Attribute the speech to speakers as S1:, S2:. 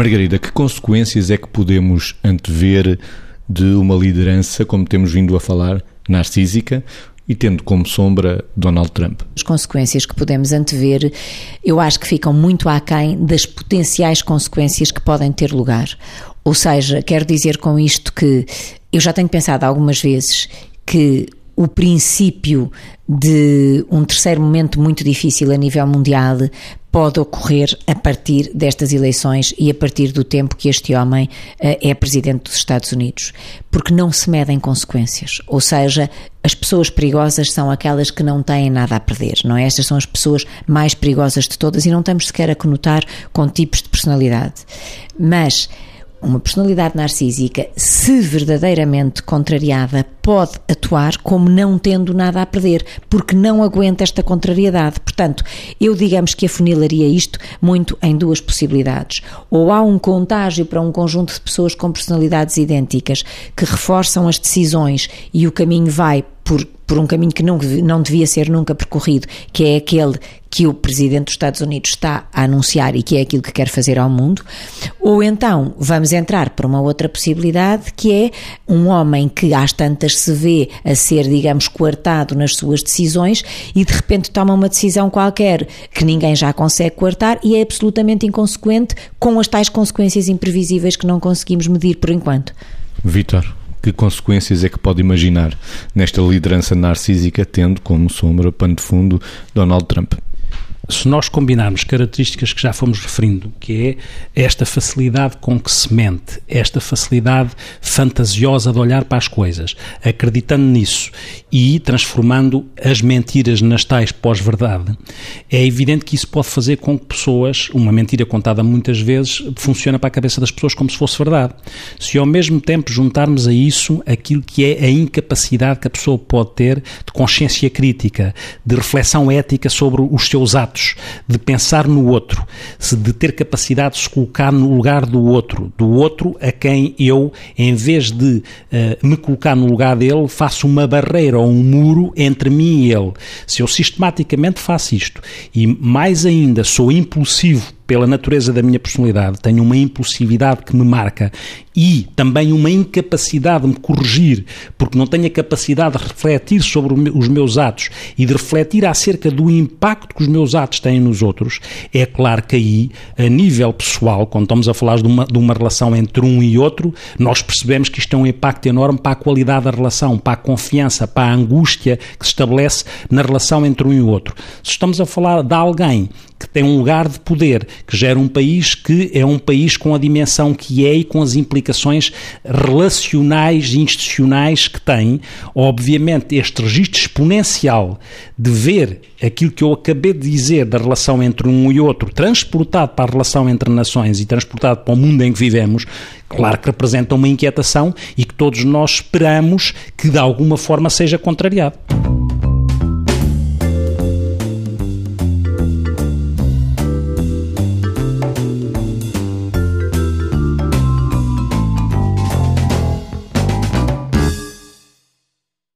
S1: Margarida, que consequências é que podemos antever de uma liderança, como temos vindo a falar, narcísica e tendo como sombra Donald Trump?
S2: As consequências que podemos antever, eu acho que ficam muito aquém das potenciais consequências que podem ter lugar. Ou seja, quero dizer com isto que eu já tenho pensado algumas vezes que o princípio de um terceiro momento muito difícil a nível mundial pode ocorrer a partir destas eleições e a partir do tempo que este homem é presidente dos Estados Unidos, porque não se medem consequências, ou seja, as pessoas perigosas são aquelas que não têm nada a perder, não é? Estas são as pessoas mais perigosas de todas e não estamos sequer a conotar com tipos de personalidade, mas uma personalidade narcísica, se verdadeiramente contrariada, pode atuar como não tendo nada a perder, porque não aguenta esta contrariedade. Portanto, eu digamos que afunilaria isto muito em duas possibilidades. Ou há um contágio para um conjunto de pessoas com personalidades idênticas que reforçam as decisões e o caminho vai por um caminho que não devia ser nunca percorrido, que é aquele que o Presidente dos Estados Unidos está a anunciar e que é aquilo que quer fazer ao mundo, ou então vamos entrar por uma outra possibilidade, que é um homem que às tantas se vê a ser, digamos, coartado nas suas decisões e de repente toma uma decisão qualquer que ninguém já consegue coartar e é absolutamente inconsequente, com as tais consequências imprevisíveis que não conseguimos medir por enquanto.
S1: Vítor, que consequências é que pode imaginar nesta liderança narcísica tendo como sombra, pano de fundo, Donald Trump?
S3: Se nós combinarmos características que já fomos referindo, que é esta facilidade com que se mente, esta facilidade fantasiosa de olhar para as coisas, acreditando nisso e transformando as mentiras nas tais pós-verdade, é evidente que isso pode fazer com que pessoas, uma mentira contada muitas vezes, funciona para a cabeça das pessoas como se fosse verdade. Se ao mesmo tempo juntarmos a isso aquilo que é a incapacidade que a pessoa pode ter de consciência crítica, de reflexão ética sobre os seus atos, de pensar no outro, de ter capacidade de se colocar no lugar do outro a quem eu, em vez de me colocar no lugar dele, faço uma barreira ou um muro entre mim e ele. Se eu sistematicamente faço isto e mais ainda sou impulsivo pela natureza da minha personalidade, tenho uma impulsividade que me marca e também uma incapacidade de me corrigir, porque não tenho a capacidade de refletir sobre os meus atos e de refletir acerca do impacto que os meus atos têm nos outros, é claro que aí, a nível pessoal, quando estamos a falar de uma relação entre um e outro, nós percebemos que isto é um impacto enorme para a qualidade da relação, para a confiança, para a angústia que se estabelece na relação entre um e o outro. Se estamos a falar de alguém que tem um lugar de poder, que gera um país que é um país com a dimensão que é e com as implicações relacionais e institucionais que tem, obviamente este registro exponencial de ver aquilo que eu acabei de dizer da relação entre um e outro, transportado para a relação entre nações e transportado para o mundo em que vivemos, claro que representa uma inquietação e que todos nós esperamos que de alguma forma seja contrariado.